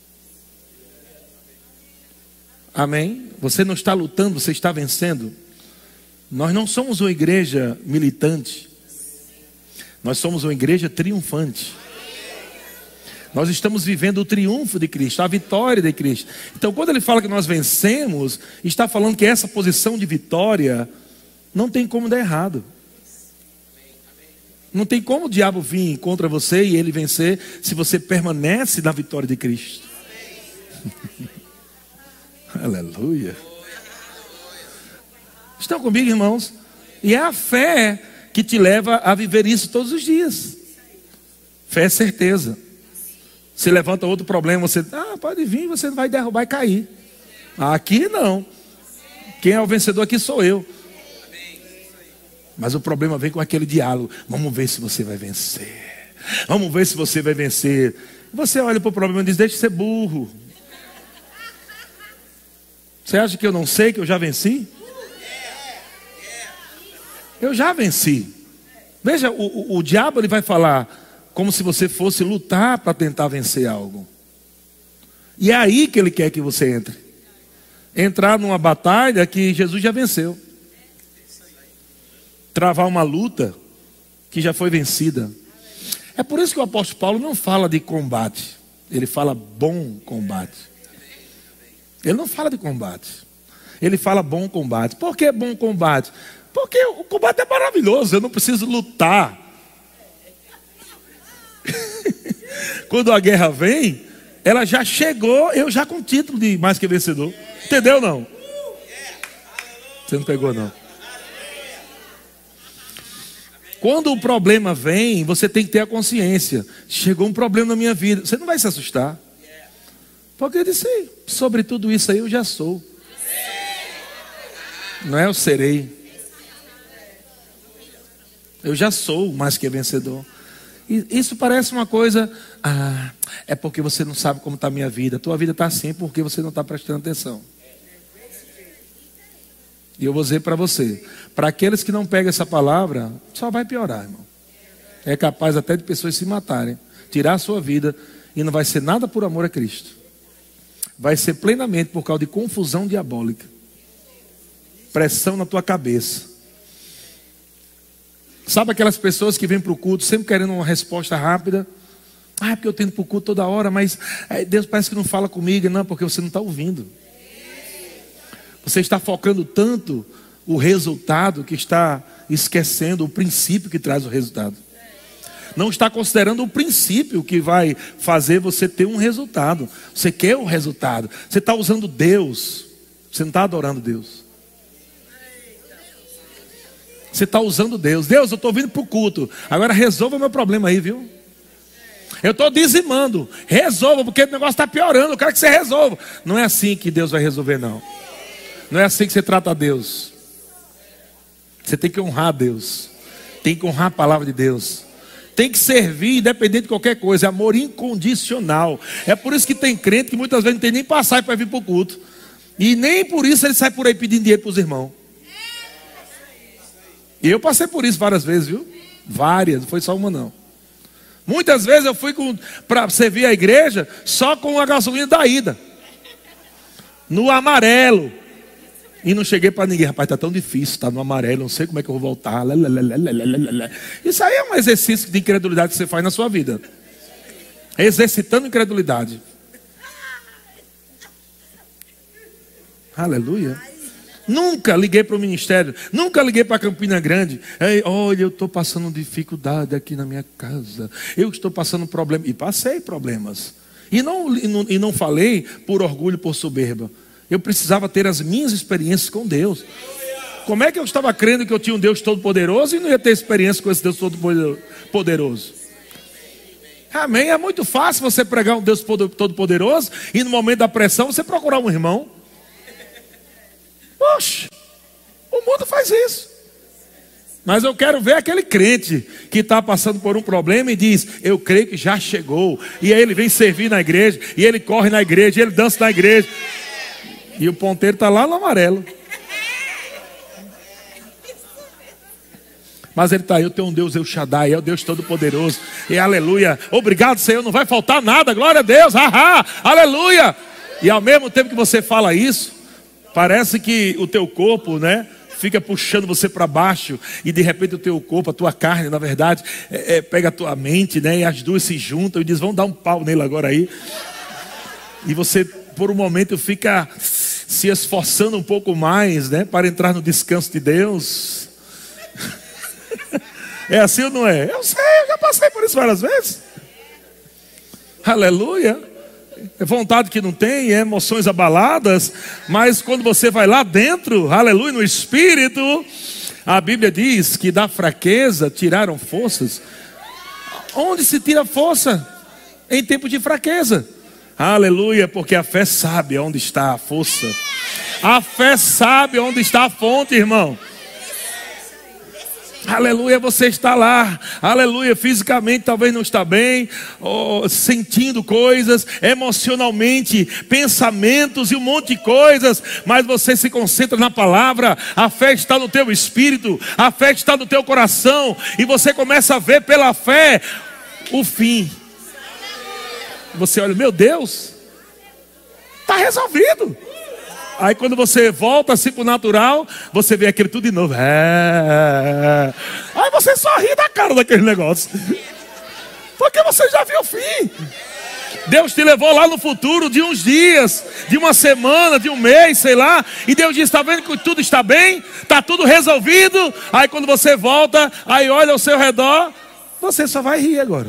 Amém? Você não está lutando, você está vencendo. Nós não somos uma igreja militante. Nós somos uma igreja triunfante. Nós estamos vivendo o triunfo de Cristo, a vitória de Cristo. Então, quando ele fala que nós vencemos, está falando que essa posição de vitória não tem como dar errado. Não tem como o diabo vir contra você e ele vencer se você permanece na vitória de Cristo. Aleluia. Estão comigo, irmãos? E é a fé que te leva a viver isso todos os dias. Fé é certeza. Se levanta outro problema, você, ah, pode vir, você vai derrubar e cair. Aqui não. Quem é o vencedor aqui sou eu. Mas o problema vem com aquele diálogo. Vamos ver se você vai vencer. Vamos ver se você vai vencer. Você olha para o problema e diz, deixa de ser burro. Você acha que eu não sei que eu já venci? Eu já venci. Veja, o, o, o diabo ele vai falar como se você fosse lutar para tentar vencer algo. E é aí que ele quer que você entre. Entrar numa batalha que Jesus já venceu. Travar uma luta que já foi vencida. É por isso que o apóstolo Paulo não fala de combate. Ele fala bom combate. Ele não fala de combate. Ele fala bom combate. Por que bom combate? Porque o combate é maravilhoso. Eu não preciso lutar. Quando a guerra vem, ela já chegou, eu já com o título de mais que vencedor. Entendeu não? Você não pegou não. Quando o problema vem, você tem que ter a consciência. Chegou um problema na minha vida. Você não vai se assustar. Porque eu disse, sobre tudo isso aí eu já sou. Não é eu serei. Eu já sou mais que vencedor. E isso parece uma coisa, ah, é porque você não sabe como está a minha vida. A tua vida está assim porque você não está prestando atenção. E eu vou dizer para você, para aqueles que não pegam essa palavra, só vai piorar, irmão. É capaz até de pessoas se matarem, tirar a sua vida, e não vai ser nada por amor a Cristo. Vai ser plenamente por causa de confusão diabólica. Pressão na tua cabeça. Sabe aquelas pessoas que vêm para o culto sempre querendo uma resposta rápida? Ah, é porque eu tenho para o culto toda hora, mas Deus parece que não fala comigo. Não, porque você não está ouvindo. Você está focando tanto o resultado que está esquecendo o princípio que traz o resultado. Não está considerando o princípio que vai fazer você ter um resultado. Você quer o resultado. Você está usando Deus. Você não está adorando Deus. Você está usando Deus. Deus, eu estou vindo para o culto. Agora resolva o meu problema aí, viu? Eu estou dizimando. Resolva, porque o negócio está piorando. Eu quero que você resolva. Não é assim que Deus vai resolver, não. Não é assim que você trata a Deus. Você tem que honrar Deus. Tem que honrar a palavra de Deus. Tem que servir independente de qualquer coisa. É amor incondicional. É por isso que tem crente que muitas vezes não tem nem passagem para vir para o culto. E nem por isso ele sai por aí pedindo dinheiro para os irmãos. E eu passei por isso várias vezes, viu? Várias, não foi só uma não. Muitas vezes eu fui para servir a igreja só com a gasolina da ida. No amarelo. E não cheguei para ninguém. Rapaz, está tão difícil, está no amarelo, não sei como é que eu vou voltar. Isso aí é um exercício de incredulidade que você faz na sua vida. Exercitando incredulidade. Aleluia. Nunca liguei para o ministério, nunca liguei para Campina Grande. Ei, olha, eu estou passando dificuldade aqui na minha casa. Eu estou passando problema. E passei problemas. E não, e não, e não falei por orgulho, por soberba. Eu precisava ter as minhas experiências com Deus. Como é que eu estava crendo que eu tinha um Deus todo-poderoso e não ia ter experiência com esse Deus todo-poderoso? Amém? É muito fácil você pregar um Deus todo-poderoso e no momento da pressão você procurar um irmão. Poxa, o mundo faz isso. Mas eu quero ver aquele crente que está passando por um problema e diz: eu creio que já chegou. E aí ele vem servir na igreja, e ele corre na igreja, e ele dança na igreja. E o ponteiro está lá no amarelo. Mas ele está aí: eu tenho um Deus El Shaddai, é o Deus Todo-Poderoso. E aleluia, obrigado Senhor, não vai faltar nada, glória a Deus, ahá, aleluia. E ao mesmo tempo que você fala isso, parece que o teu corpo, né, fica puxando você para baixo. E de repente o teu corpo, a tua carne, na verdade, é, é, pega a tua mente, né, e as duas se juntam e diz: vamos dar um pau nele agora aí. E você por um momento fica se esforçando um pouco mais, né, para entrar no descanso de Deus. É assim ou não é? Eu sei, eu já passei por isso várias vezes. Aleluia. É vontade que não tem, é emoções abaladas. Mas quando você vai lá dentro, aleluia, no Espírito, a Bíblia diz que da fraqueza tiraram forças. Onde se tira força? Em tempo de fraqueza. Aleluia, porque a fé sabe onde está a força. A fé sabe onde está a fonte, irmão. Aleluia, você está lá, aleluia, fisicamente talvez não está bem, oh, sentindo coisas, emocionalmente, pensamentos e um monte de coisas, mas você se concentra na palavra, a fé está no teu espírito, a fé está no teu coração, e você começa a ver pela fé o fim. Você olha: meu Deus, está resolvido. Aí quando você volta assim para o natural, você vê aquilo tudo de novo. É... Aí você só ri da cara daquele negócio. Porque você já viu o fim. Deus te levou lá no futuro de uns dias, de uma semana, de um mês, sei lá. E Deus diz: está vendo que tudo está bem? Está tudo resolvido? Aí quando você volta, aí olha ao seu redor, você só vai rir agora.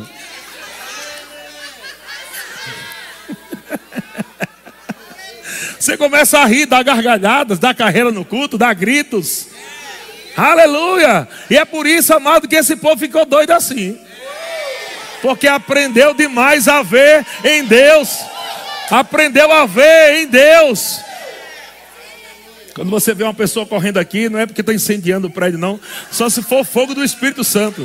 Você começa a rir, dar gargalhadas, dar carreira no culto, dar gritos. Aleluia. E é por isso, amado, que esse povo ficou doido assim. Porque aprendeu demais a ver em Deus. Aprendeu a ver em Deus. Quando você vê uma pessoa correndo aqui, não é porque está incendiando o prédio, não. Só se for fogo do Espírito Santo.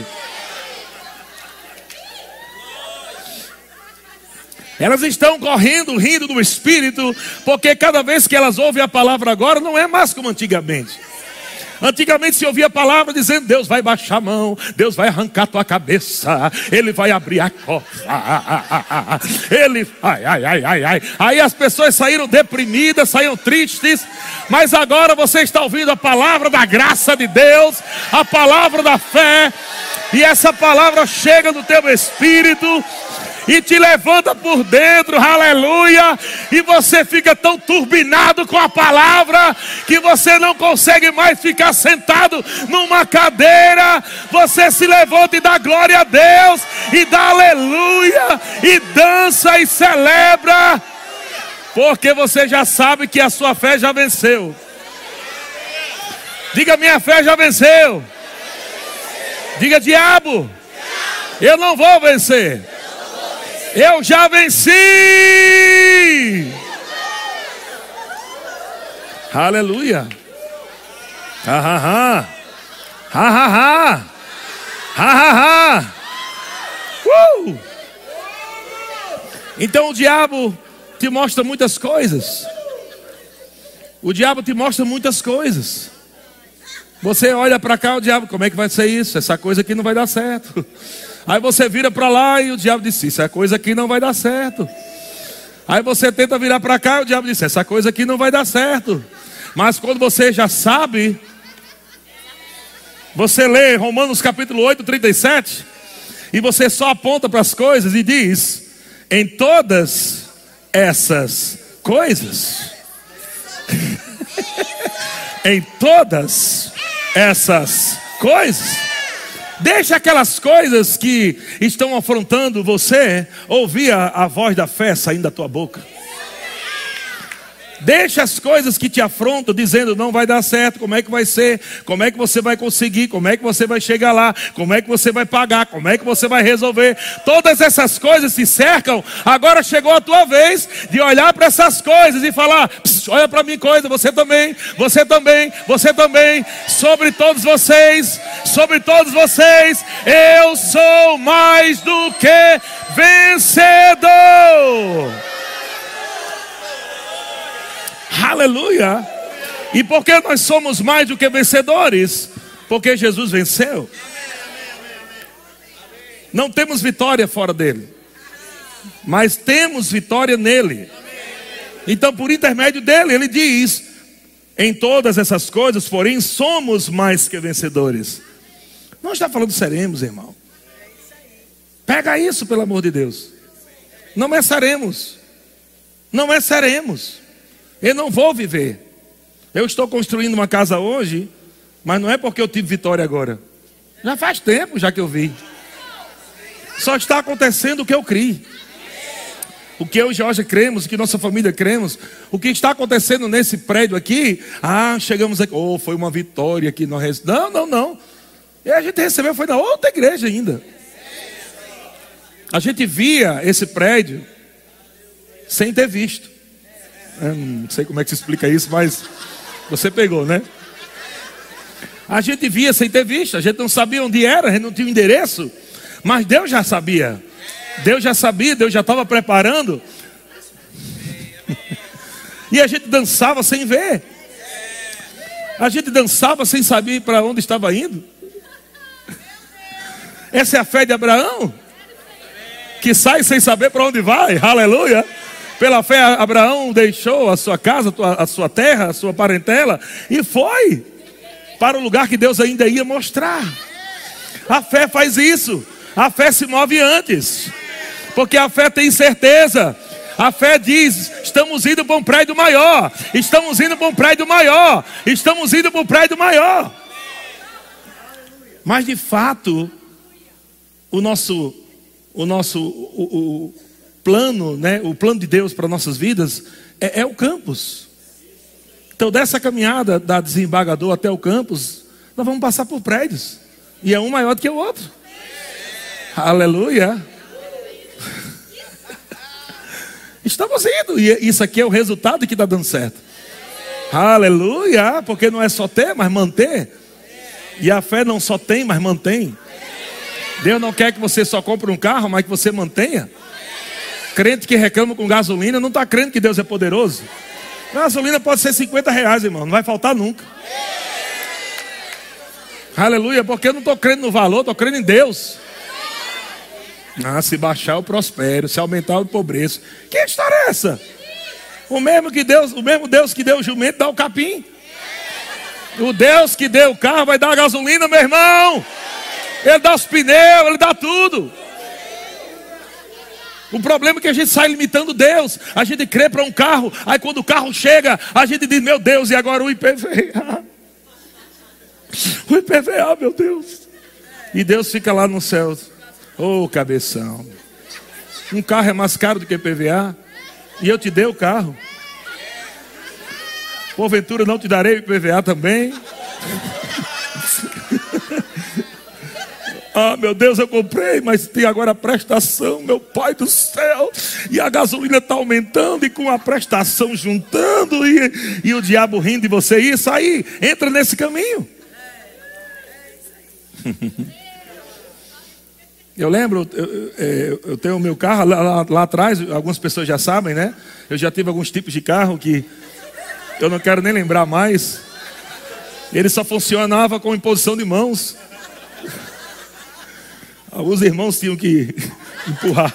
Elas estão correndo, rindo do Espírito, porque cada vez que elas ouvem a palavra agora, não é mais como antigamente. Antigamente se ouvia a palavra dizendo: Deus vai baixar a mão, Deus vai arrancar a tua cabeça, Ele vai abrir a copa, Ele, ai, ai, ai, ai, ai. Aí as pessoas saíram deprimidas, saíram tristes. Mas agora você está ouvindo a palavra da graça de Deus, a palavra da fé. E essa palavra chega no teu espírito e te levanta por dentro, aleluia. E você fica tão turbinado com a palavra que você não consegue mais ficar sentado numa cadeira. Você se levanta e dá glória a Deus, e dá aleluia, e dança e celebra, porque você já sabe que a sua fé já venceu. Diga: minha fé já venceu. Diga: diabo, eu não vou vencer. Eu já venci. Aleluia. Ha ha ha. Ha ha ha. Ha ha ha. Uh! Então o diabo te mostra muitas coisas. O diabo te mostra muitas coisas. Você olha para cá, o diabo: como é que vai ser isso? Essa coisa aqui não vai dar certo. Aí você vira para lá e o diabo disse: essa coisa aqui não vai dar certo. Aí você tenta virar para cá e o diabo disse: essa coisa aqui não vai dar certo. Mas quando você já sabe, você lê Romanos capítulo oito, trinta e sete, e você só aponta para as coisas e diz: em todas essas coisas, em todas essas coisas, deixa aquelas coisas que estão afrontando você ouvir a, a voz da fé saindo da tua boca. Deixa as coisas que te afrontam, dizendo não vai dar certo, como é que vai ser, como é que você vai conseguir, como é que você vai chegar lá, como é que você vai pagar, como é que você vai resolver. Todas essas coisas te cercam. Agora chegou a tua vez de olhar para essas coisas e falar: olha para mim coisa, você também, você também, você também. Sobre todos vocês, sobre todos vocês, eu sou mais do que vencedor. Aleluia! E por que nós somos mais do que vencedores? Porque Jesus venceu. Não temos vitória fora dele, mas temos vitória nele. Então, por intermédio dele, ele diz: em todas essas coisas, porém, somos mais que vencedores. Não está falando seremos, irmão. Pega isso, pelo amor de Deus. Não é seremos. Não é seremos. Eu não vou viver. Eu estou construindo uma casa hoje, mas não é porque eu tive vitória agora. Já faz tempo já que eu vi. Só está acontecendo o que eu criei. O que eu e Jorge cremos, o que nossa família cremos. O que está acontecendo nesse prédio aqui. Ah, chegamos aqui. Oh, foi uma vitória que nós... Não, não, não. E a gente recebeu, foi na outra igreja ainda. A gente via esse prédio sem ter visto. Eu não sei como é que se explica isso, mas você pegou, né? A gente via sem ter visto, a gente não sabia onde era, a gente não tinha o endereço, mas Deus já sabia. Deus já sabia, Deus já estava preparando. E a gente dançava sem ver. A gente dançava sem saber para onde estava indo. Essa é a fé de Abraão, que sai sem saber para onde vai. Aleluia. Pela fé, Abraão deixou a sua casa, a sua terra, a sua parentela e foi para o lugar que Deus ainda ia mostrar. A fé faz isso. A fé se move antes, porque a fé tem certeza. A fé diz: estamos indo para um prédio maior, estamos indo para um prédio maior, estamos indo para um prédio maior. Mas de fato, o nosso, o nosso, o, o plano, né, o plano de Deus para nossas vidas é, é o campus. Então, dessa caminhada da Desembargador até o campus, nós vamos passar por prédios, e é um maior do que o outro. Aleluia. Estamos indo, e isso aqui é o resultado que está dando certo. Aleluia. Porque não é só ter, mas manter. E a fé não só tem, mas mantém. Deus não quer que você só compre um carro, mas que você mantenha. Crente que reclama com gasolina não está crendo que Deus é poderoso. Gasolina pode ser cinquenta reais, irmão, não vai faltar nunca. Aleluia, porque eu não estou crendo no valor, estou crendo em Deus. Ah, se baixar eu prospero, se aumentar eu empobreço. Que história é essa? O mesmo que Deus, o mesmo Deus que deu o jumento dá o capim. O Deus que deu o carro vai dar a gasolina, meu irmão. Ele dá os pneus, ele dá tudo. O problema é que a gente sai limitando Deus. A gente crê para um carro, aí quando o carro chega, a gente diz: meu Deus, e agora o I P V A? O I P V A, meu Deus. E Deus fica lá no céu: ô oh, cabeção, um carro é mais caro do que I P V A, e eu te dei o carro. Porventura não te darei o I P V A também? Ah, meu Deus, eu comprei, mas tem agora a prestação, meu Pai do céu. E a gasolina está aumentando e com a prestação juntando e, e o diabo rindo de você. Isso aí, entra nesse caminho. Eu lembro, eu, eu, eu tenho o meu carro lá, lá, lá atrás, algumas pessoas já sabem, né? Eu já tive alguns tipos de carro que eu não quero nem lembrar mais. Ele só funcionava com imposição de mãos. Alguns irmãos tinham que empurrar.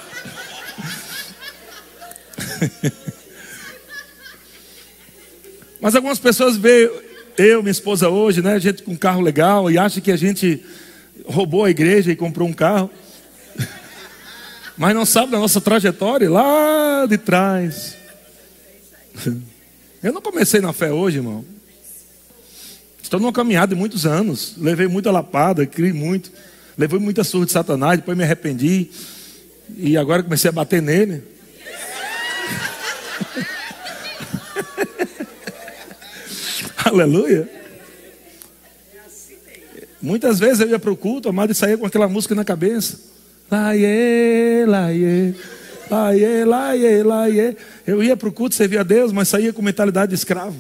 Mas algumas pessoas veem eu, minha esposa hoje, né? A gente com um carro legal e acha que a gente roubou a igreja e comprou um carro. Mas não sabe da nossa trajetória lá de trás. Eu não comecei na fé hoje, irmão. Estou numa caminhada de muitos anos. Levei muita lapada, criei muito. Levei muita surra de Satanás, depois me arrependi. E agora comecei a bater nele. Aleluia. Muitas vezes eu ia para o culto, amado, e saía com aquela música na cabeça. Laiê, laiê, laiê, laiê, laiê. Eu ia para o culto, servia a Deus, mas saía com mentalidade de escravo.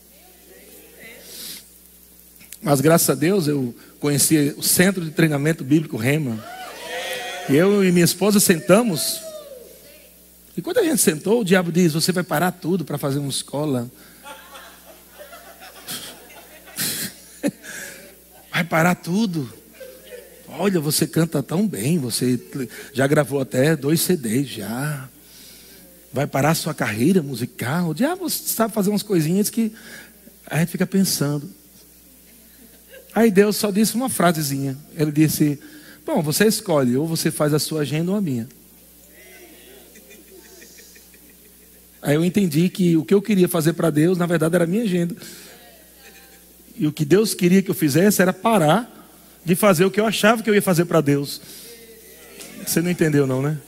Mas graças a Deus eu conheci o Centro de Treinamento Bíblico Rema. E eu e minha esposa sentamos. E quando a gente sentou, o diabo diz: você vai parar tudo para fazer uma escola. Vai parar tudo. Olha, você canta tão bem. Você já gravou até dois C Ds já. Vai parar sua carreira musical. O diabo sabe fazer umas coisinhas que a gente fica pensando. Aí Deus só disse uma frasezinha. Ele disse: bom, você escolhe, ou você faz a sua agenda ou a minha. Aí eu entendi que o que eu queria fazer para Deus, na verdade, era a minha agenda. E o que Deus queria que eu fizesse era parar de fazer o que eu achava que eu ia fazer para Deus. Você não entendeu não, né?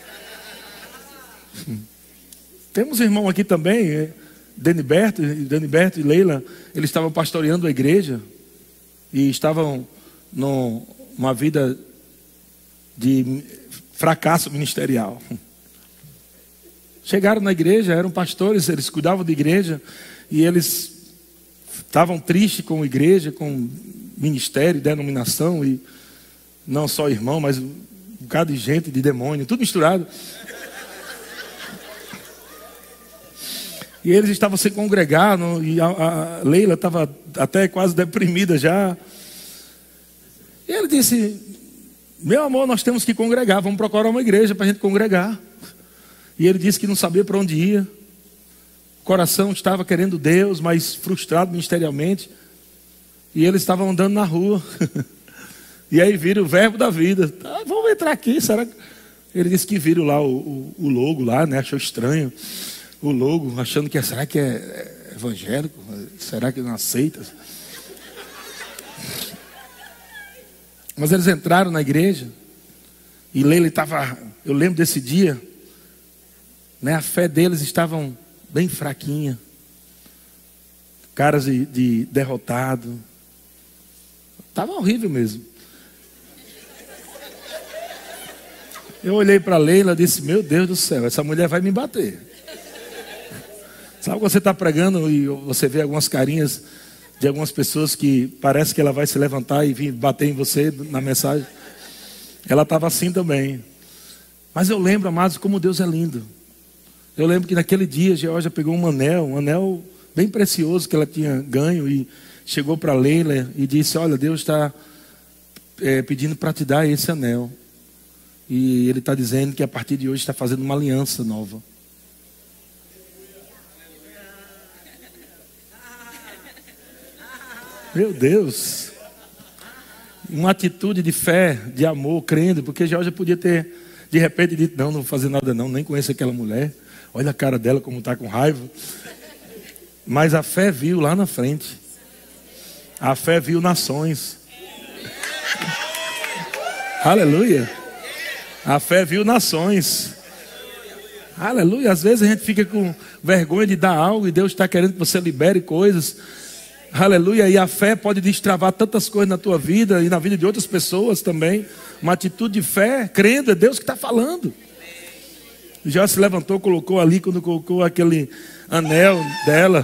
Temos um irmão aqui também, Daniberto, Daniberto e Leila. Eles estavam pastoreando a igreja e estavam numa vida de fracasso ministerial. Chegaram na igreja, eram pastores, eles cuidavam da igreja e eles estavam tristes com a igreja, com ministério, denominação, e não só irmão, mas um bocado de gente, de demônio, tudo misturado. E eles estavam se congregando, e a, a Leila estava até quase deprimida já. E ele disse: meu amor, nós temos que congregar, vamos procurar uma igreja para a gente congregar. E ele disse que não sabia para onde ia. O coração estava querendo Deus, mas frustrado ministerialmente. E eles estavam andando na rua. E aí viram o verbo da vida. Ah, vamos entrar aqui, será que... Ele disse que viram lá o, o, o logo lá, né? Achou estranho o logo, achando que é, será que é evangélico? Será que não aceita? Mas eles entraram na igreja. E Leila estava, eu lembro desse dia, né, a fé deles estavam bem fraquinha, caras de, de derrotado, estava horrível mesmo. Eu olhei para Leila e disse: meu Deus do céu, essa mulher vai me bater. Sabe quando você está pregando e você vê algumas carinhas de algumas pessoas que parece que ela vai se levantar e vir bater em você na mensagem? Ela estava assim também. Mas eu lembro, amados, como Deus é lindo. Eu lembro que naquele dia, Georgia pegou um anel, um anel bem precioso que ela tinha ganho, e chegou para Leila e disse: olha, Deus está é, pedindo para te dar esse anel. E Ele está dizendo que a partir de hoje está fazendo uma aliança nova. Meu Deus. Uma atitude de fé, de amor, crendo, porque Georgia podia ter, de repente, dito: não, não vou fazer nada não, nem conheço aquela mulher. Olha a cara dela como está com raiva. Mas a fé viu lá na frente. A fé viu nações. Aleluia. A fé viu nações. Aleluia. Às vezes a gente fica com vergonha de dar algo e Deus está querendo que você libere coisas. Aleluia. E a fé pode destravar tantas coisas na tua vida e na vida de outras pessoas também. Uma atitude de fé, crendo, é Deus que está falando. Já se levantou, colocou ali, quando colocou aquele anel dela,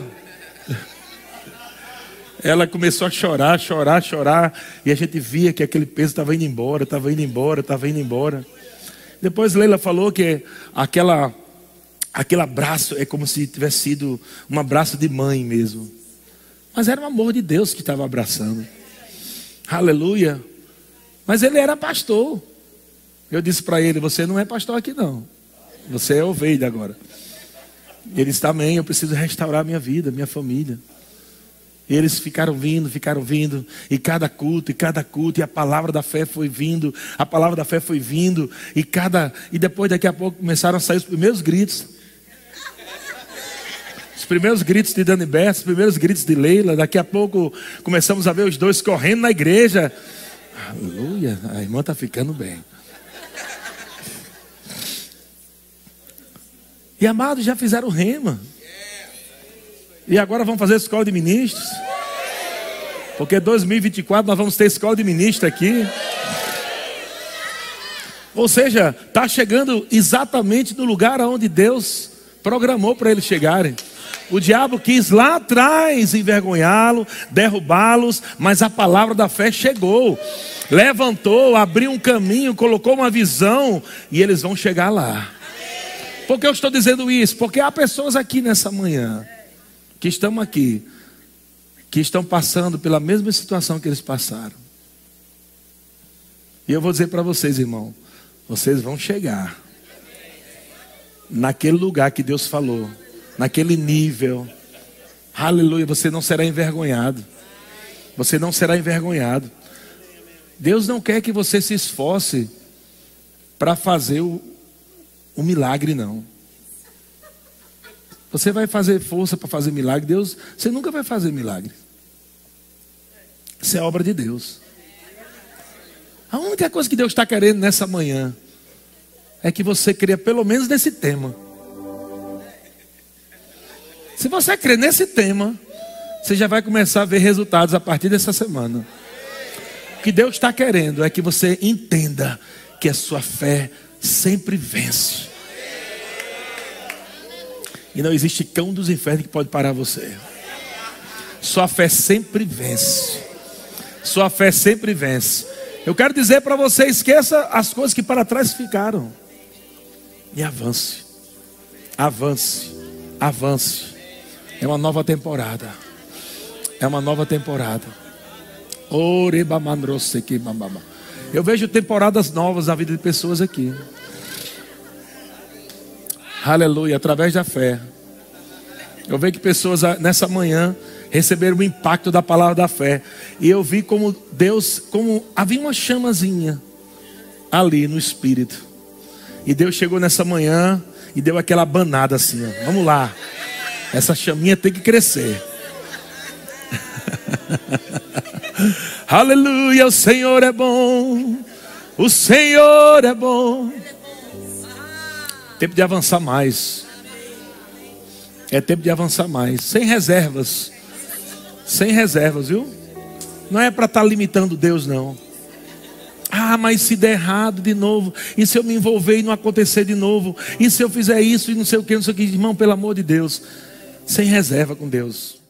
ela começou a chorar, chorar, chorar, e a gente via que aquele peso estava indo embora, estava indo embora, estava indo embora. Depois Leila falou que aquela, aquele abraço é como se tivesse sido um abraço de mãe mesmo. Mas era o amor de Deus que estava abraçando. Aleluia. Mas ele era pastor. Eu disse para ele: você não é pastor aqui não. Você é ovelha agora. Ele disse: amém, eu preciso restaurar minha vida, minha família. E eles ficaram vindo, ficaram vindo, e cada culto, e cada culto, e a palavra da fé foi vindo, a palavra da fé foi vindo, e cada, e depois daqui a pouco começaram a sair os primeiros gritos. Os primeiros gritos de Daniberto, os primeiros gritos de Leila. Daqui a pouco começamos a ver os dois correndo na igreja. Aleluia, a irmã está ficando bem. E amados, já fizeram rema. E agora vamos fazer escola de ministros? Porque dois mil e vinte e quatro nós vamos ter escola de ministros aqui. Ou seja, está chegando exatamente no lugar onde Deus programou para eles chegarem. O diabo quis lá atrás envergonhá-lo, derrubá-los, mas a palavra da fé chegou, levantou, abriu um caminho, colocou uma visão, e eles vão chegar lá. Por que eu estou dizendo isso? Porque há pessoas aqui nessa manhã, que estão aqui, que estão passando pela mesma situação que eles passaram. E eu vou dizer para vocês, irmão, vocês vão chegar naquele lugar que Deus falou, naquele nível. Aleluia, você não será envergonhado. Você não será envergonhado. Deus não quer que você se esforce para fazer o, o milagre, não. Você vai fazer força para fazer milagre, Deus, você nunca vai fazer milagre. Isso é obra de Deus. A única coisa que Deus está querendo nessa manhã é que você creia pelo menos nesse tema. Se você crer nesse tema, você já vai começar a ver resultados a partir dessa semana. O que Deus está querendo é que você entenda que a sua fé sempre vence. E não existe cão dos infernos que pode parar você. Sua fé sempre vence. Sua fé sempre vence. Eu quero dizer para você, esqueça as coisas que para trás ficaram. E avance. Avance. Avance. É uma nova temporada. É uma nova temporada. Eu vejo temporadas novas na vida de pessoas aqui. Aleluia, através da fé. Eu vejo que pessoas nessa manhã receberam o impacto da palavra da fé. E eu vi como Deus, como havia uma chamazinha ali no Espírito. E Deus chegou nessa manhã e deu aquela abanada assim, ó. Vamos lá. Essa chaminha tem que crescer. Aleluia, o Senhor é bom. O Senhor é bom. Tempo de avançar mais. É tempo de avançar mais. Sem reservas. Sem reservas, viu? Não é para estar limitando Deus, não. Ah, mas se der errado de novo, e se eu me envolver e não acontecer de novo, e se eu fizer isso e não sei o que, não sei o que, irmão, pelo amor de Deus, sem reserva com Deus.